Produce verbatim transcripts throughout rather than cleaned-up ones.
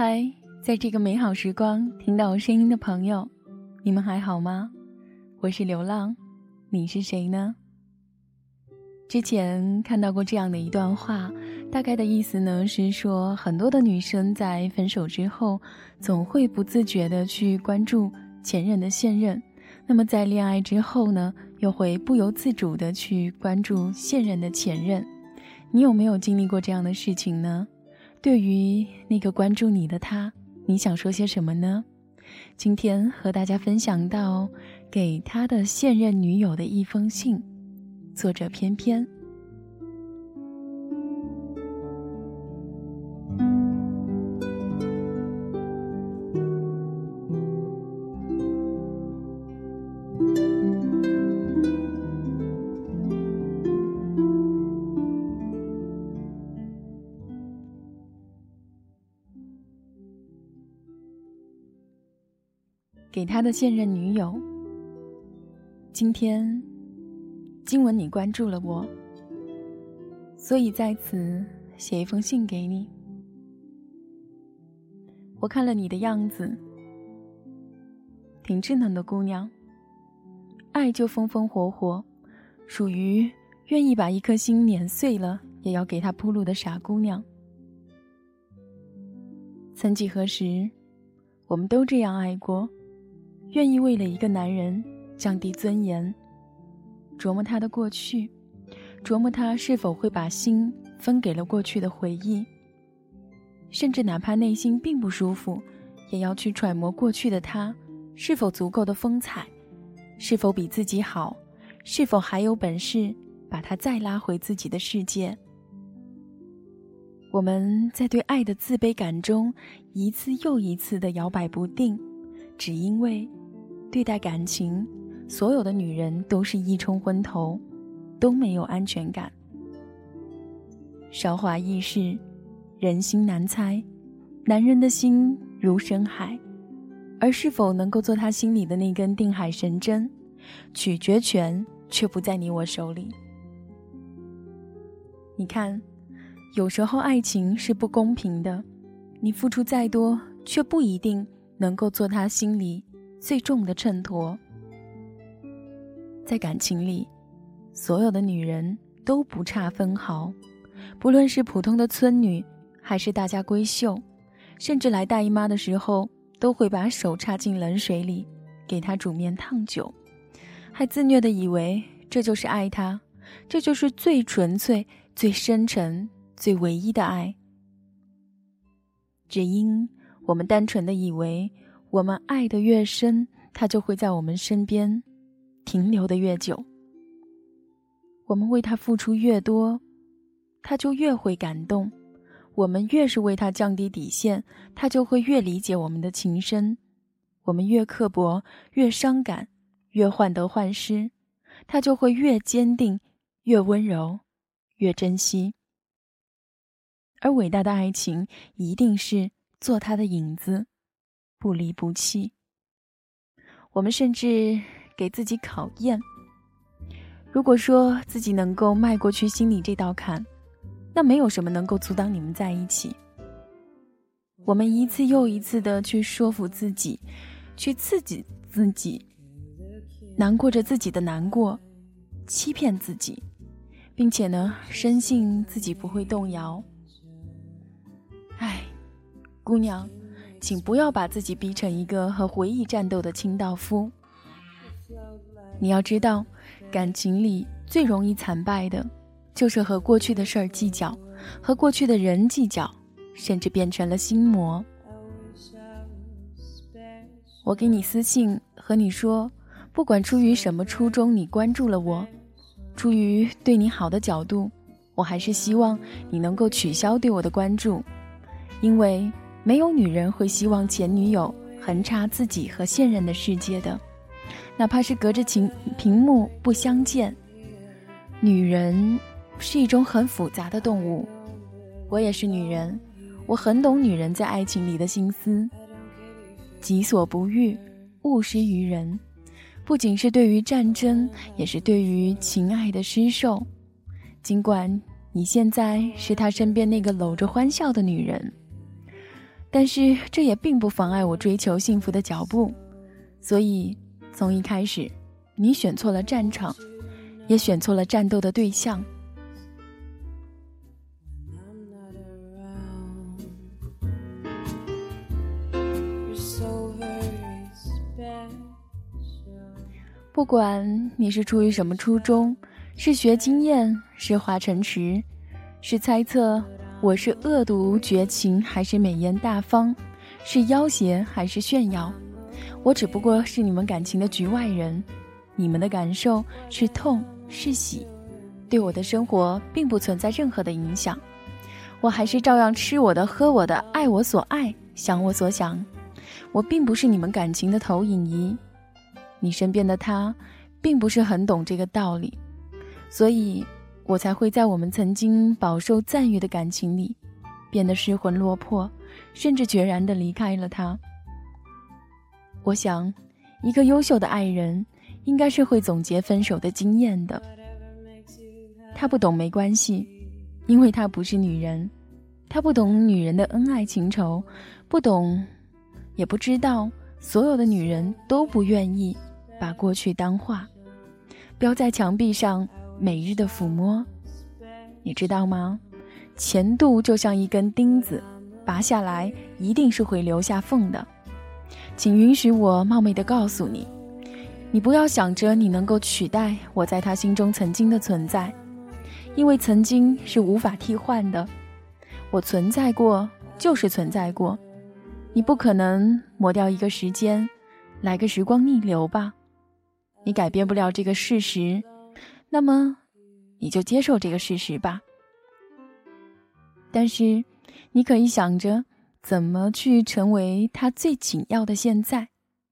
嗨，在这个美好时光听到我声音的朋友，你们还好吗？我是流浪，你是谁呢？之前看到过这样的一段话，大概的意思呢是说，很多的女生在分手之后，总会不自觉地去关注前任的现任，那么在恋爱之后呢，又会不由自主地去关注现任的前任。你有没有经历过这样的事情呢？对于那个关注你的他，你想说些什么呢？今天和大家分享到给他的现任女友的一封信，作者偏偏。给他的现任女友，今天经文你关注了我，所以在此写一封信给你。我看了你的样子，挺稚嫩的姑娘，爱就风风火火，属于愿意把一颗心碾碎了也要给他铺路的傻姑娘。曾几何时，我们都这样爱过，愿意为了一个男人降低尊严，琢磨他的过去，琢磨他是否会把心分给了过去的回忆，甚至哪怕内心并不舒服，也要去揣摩过去的他是否足够的风采，是否比自己好，是否还有本事把他再拉回自己的世界。我们在对爱的自卑感中一次又一次地摇摆不定，只因为对待感情，所有的女人都是一冲昏头，都没有安全感。韶华易逝，人心难猜，男人的心如深海，而是否能够做他心里的那根定海神针，取决权却不在你我手里。你看，有时候爱情是不公平的，你付出再多，却不一定能够做他心里最重的衬托。在感情里，所有的女人都不差分毫，不论是普通的村女，还是大家闺秀，甚至来大姨妈的时候，都会把手插进冷水里，给她煮面烫酒，还自虐地以为这就是爱她，这就是最纯粹、最深沉、最唯一的爱。只因我们单纯地以为，我们爱得越深，他就会在我们身边停留得越久。我们为他付出越多，他就越会感动。我们越是为他降低底线，他就会越理解我们的情深。我们越刻薄，越伤感，越患得患失，他就会越坚定，越温柔，越珍惜。而伟大的爱情一定是做他的影子，不离不弃。我们甚至给自己考验，如果说自己能够迈过去心里这道坎，那没有什么能够阻挡你们在一起。我们一次又一次的去说服自己，去刺激自己，难过着自己的难过，欺骗自己，并且呢，深信自己不会动摇。唉，姑娘，请不要把自己逼成一个和回忆战斗的清道夫。你要知道，感情里最容易惨败的，就是和过去的事儿计较，和过去的人计较，甚至变成了心魔。我给你私信和你说，不管出于什么初衷你关注了我，出于对你好的角度，我还是希望你能够取消对我的关注，因为没有女人会希望前女友横插自己和现任的世界的，哪怕是隔着屏屏幕不相见。女人是一种很复杂的动物，我也是女人，我很懂女人在爱情里的心思。己所不欲，勿施于人，不仅是对于战争，也是对于情爱的施受。尽管你现在是他身边那个搂着欢笑的女人， 但是这也并不妨碍我追求幸福的脚步。所以从一开始，你选错了战场，也选错了战斗的对象。不管你是出于什么初衷，是学经验，是化城池，是猜测我是恶毒绝情还是美艳大方，是要挟还是炫耀，我只不过是你们感情的局外人。你们的感受是痛是喜，对我的生活并不存在任何的影响。我还是照样吃我的喝我的，爱我所爱，想我所想。我并不是你们感情的投影仪，你身边的他并不是很懂这个道理，所以我才会在我们曾经饱受赞誉的感情里变得失魂落魄，甚至决然地离开了他。我想一个优秀的爱人应该是会总结分手的经验的。他不懂没关系，因为他不是女人，他不懂女人的恩爱情仇，不懂也不知道所有的女人都不愿意把过去当画，标在墙壁上每日的抚摸。你知道吗？前度就像一根钉子，拔下来一定是会留下缝的。请允许我冒昧地告诉你，你不要想着你能够取代我在他心中曾经的存在，因为曾经是无法替换的。我存在过就是存在过，你不可能抹掉一个时间，来个时光逆流吧。你改变不了这个事实，那么你就接受这个事实吧。但是你可以想着怎么去成为他最紧要的现在。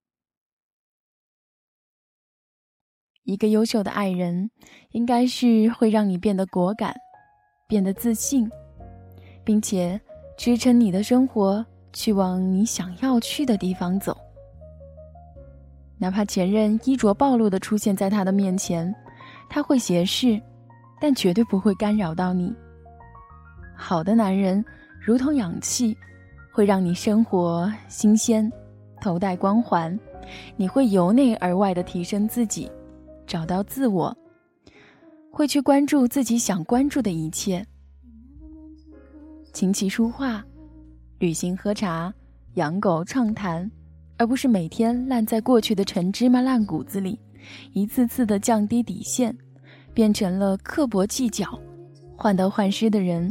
一个优秀的爱人应该是会让你变得果敢，变得自信，并且支撑你的生活去往你想要去的地方走。哪怕前任衣着暴露地出现在他的面前，他会斜视，但绝对不会干扰到你。好的男人如同氧气，会让你生活新鲜，头戴光环，你会由内而外地提升自己，找到自我，会去关注自己想关注的一切。琴棋书画，旅行喝茶，养狗畅谈，而不是每天烂在过去的陈芝麻烂谷子里，一次次地降低底线，变成了刻薄计较、患得患失的人。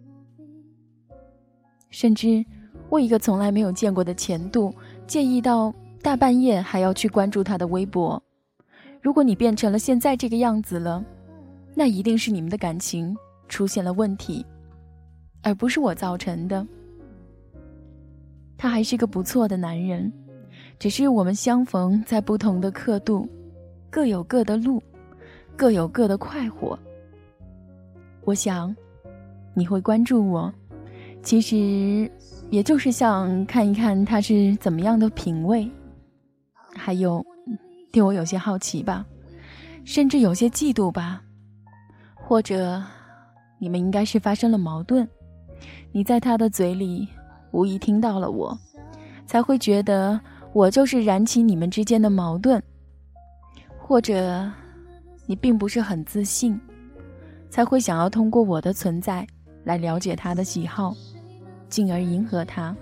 甚至我一个从来没有见过的前度，介意到大半夜还要去关注他的微博。如果你变成了现在这个样子了，那一定是你们的感情出现了问题，而不是我造成的。他还是个不错的男人，只是我们相逢在不同的刻度，各有各的路，各有各的快活。我想你会关注我，其实也就是想看一看他是怎么样的品味，还有对我有些好奇吧，甚至有些嫉妒吧。或者你们应该是发生了矛盾，你在他的嘴里无意听到了我，才会觉得我就是燃起你们之间的矛盾。或者你并不是很自信，才会想要通过我的存在来了解他的喜好，进而迎合他。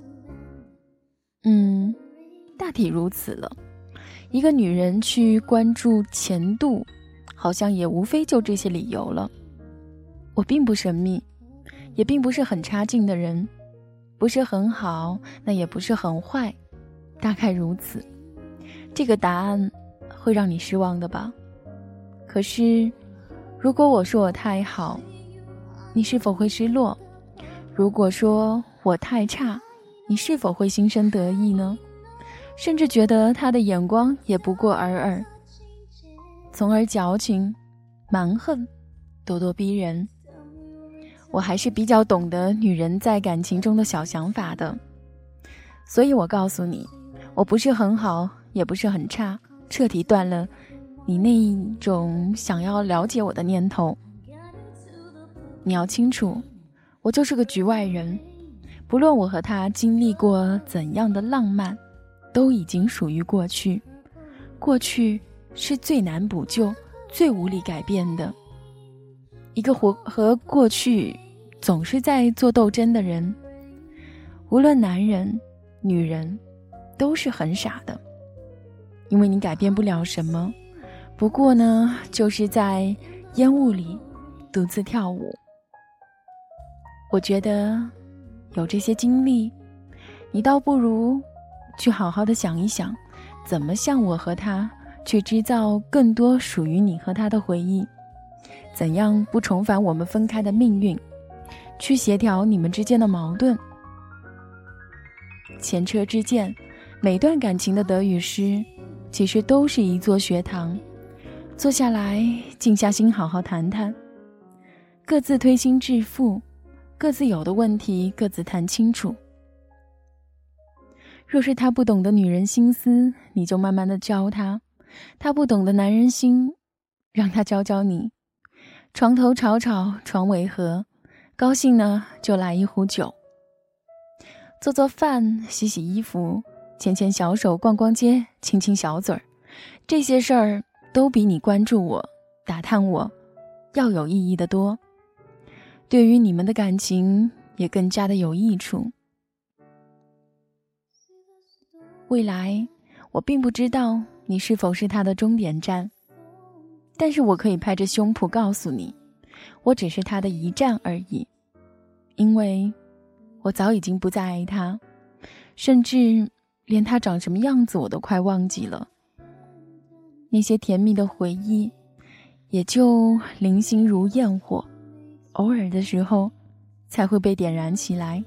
嗯，大体如此了。一个女人去关注前度，好像也无非就这些理由了。我并不神秘，也并不是很差劲的人，不是很好，那也不是很坏，大概如此。这个答案会让你失望的吧？可是如果我说我太好，你是否会失落？如果说我太差，你是否会心生得意呢？甚至觉得他的眼光也不过尔尔，从而矫情、蛮横、咄咄逼人。我还是比较懂得女人在感情中的小想法的，所以我告诉你，我不是很好，也不是很差，彻底断了你那一种想要了解我的念头。你要清楚，我就是个局外人， 不论我和他经历过怎样的浪漫，都已经属于过去。过去是最难补救、最无力改变的。一个活和过去总是在做斗争的人，无论男人、女人，都是很傻的。因为你改变不了什么，不过呢，就是在烟雾里独自跳舞。我觉得有这些经历，你倒不如去好好的想一想，怎么像我和他去制造更多属于你和他的回忆，怎样不重返我们分开的命运，去协调你们之间的矛盾。前车之鉴，每段感情的得与失，其实都是一座学堂。坐下来，静下心好好谈谈，各自推心置腹，各自有的问题各自谈清楚。若是他不懂得女人心思，你就慢慢的教他；他不懂得男人心，让他教教你。床头吵吵，床尾和，高兴呢就来一壶酒。做做饭，洗洗衣服，牵牵小手，逛逛街，亲亲小嘴儿，这些事儿都比你关注我、打探我要有意义的多，对于你们的感情也更加的有益处。未来，我并不知道你是否是他的终点站，但是我可以拍着胸脯告诉你，我只是他的一站而已，因为我早已经不再爱他，甚至连他长什么样子我都快忘记了。那些甜蜜的回忆也就零星如焰火，偶尔的时候才会被点燃起来。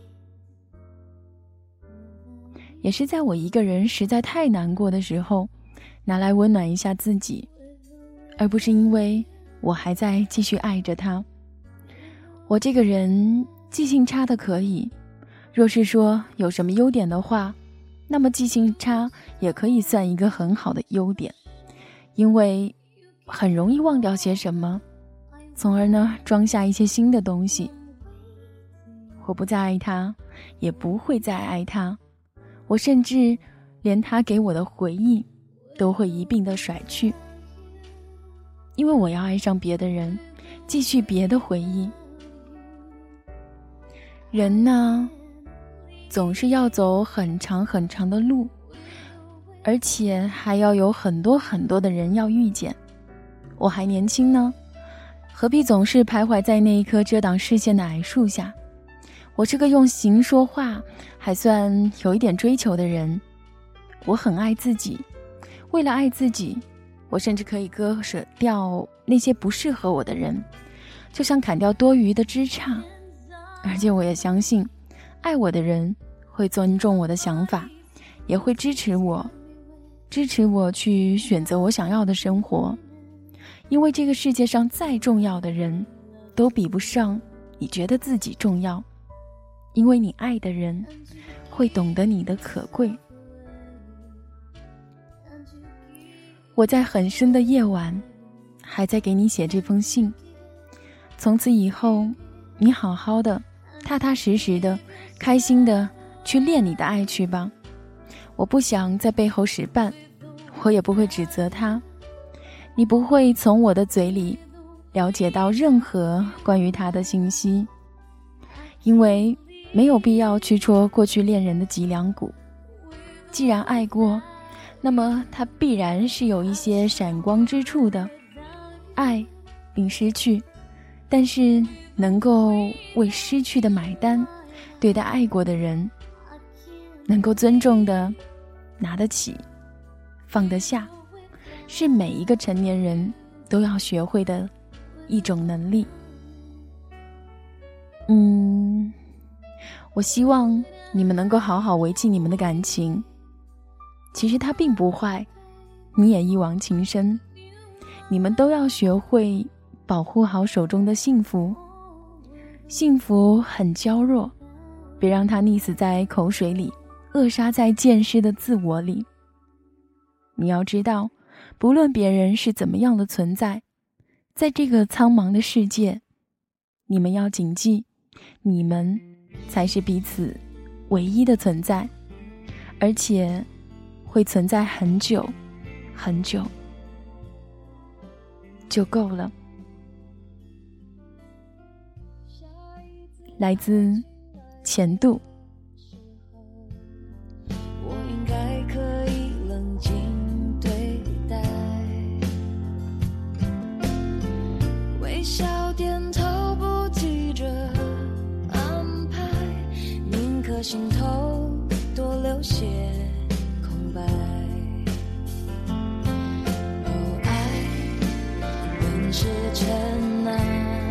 也是在我一个人实在太难过的时候，拿来温暖一下自己，而不是因为我还在继续爱着他。我这个人记性差的可以，若是说有什么优点的话，那么记性差也可以算一个很好的优点，因为很容易忘掉些什么，从而呢装下一些新的东西。我不再爱他，也不会再爱他，我甚至连他给我的回忆都会一并的甩去，因为我要爱上别的人，继续别的回忆。人呢，总是要走很长很长的路，而且还要有很多很多的人要遇见。我还年轻呢，何必总是徘徊在那一棵遮挡视线的矮树下？我是个用行说话还算有一点追求的人，我很爱自己，为了爱自己，我甚至可以割舍掉那些不适合我的人，就像砍掉多余的枝杈。而且我也相信，爱我的人会尊重我的想法，也会支持我，支持我去选择我想要的生活。因为这个世界上再重要的人，都比不上你觉得自己重要。因为你爱的人会懂得你的可贵。我在很深的夜晚还在给你写这封信，从此以后你好好的踏踏实实的开心的去练你的爱去吧。我不想在背后使绊，我也不会指责他，你不会从我的嘴里了解到任何关于他的信息，因为没有必要去戳过去恋人的脊梁骨。既然爱过，那么它必然是有一些闪光之处的。爱并失去，但是能够为失去的买单，对待爱过的人，能够尊重的拿得起放得下，是每一个成年人都要学会的一种能力。嗯我希望你们能够好好维系你们的感情，其实它并不坏，你也一往情深，你们都要学会保护好手中的幸福。幸福很娇弱，别让它溺死在口水里，扼杀在见识的自我里。你要知道，不论别人是怎么样的存在，在这个苍茫的世界，你们要谨记，你们才是彼此唯一的存在，而且会存在很久很久就够了。来自前度。 我应该可以冷静对待，微笑点头不急着安排，宁可心头多留些空白。哦，爱本是尘埃，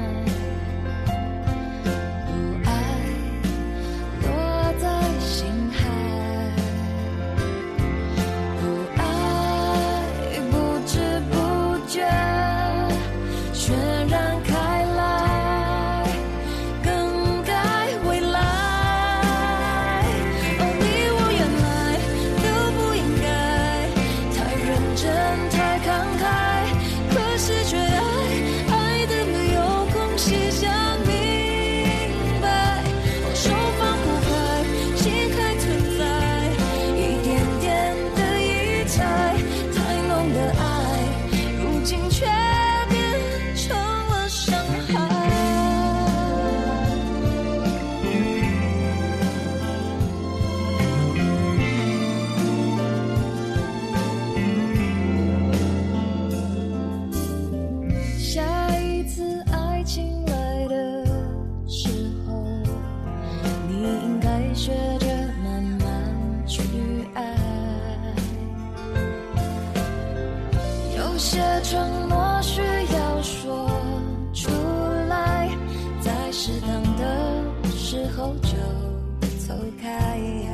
承诺需要说出来，在适当的时候就走开。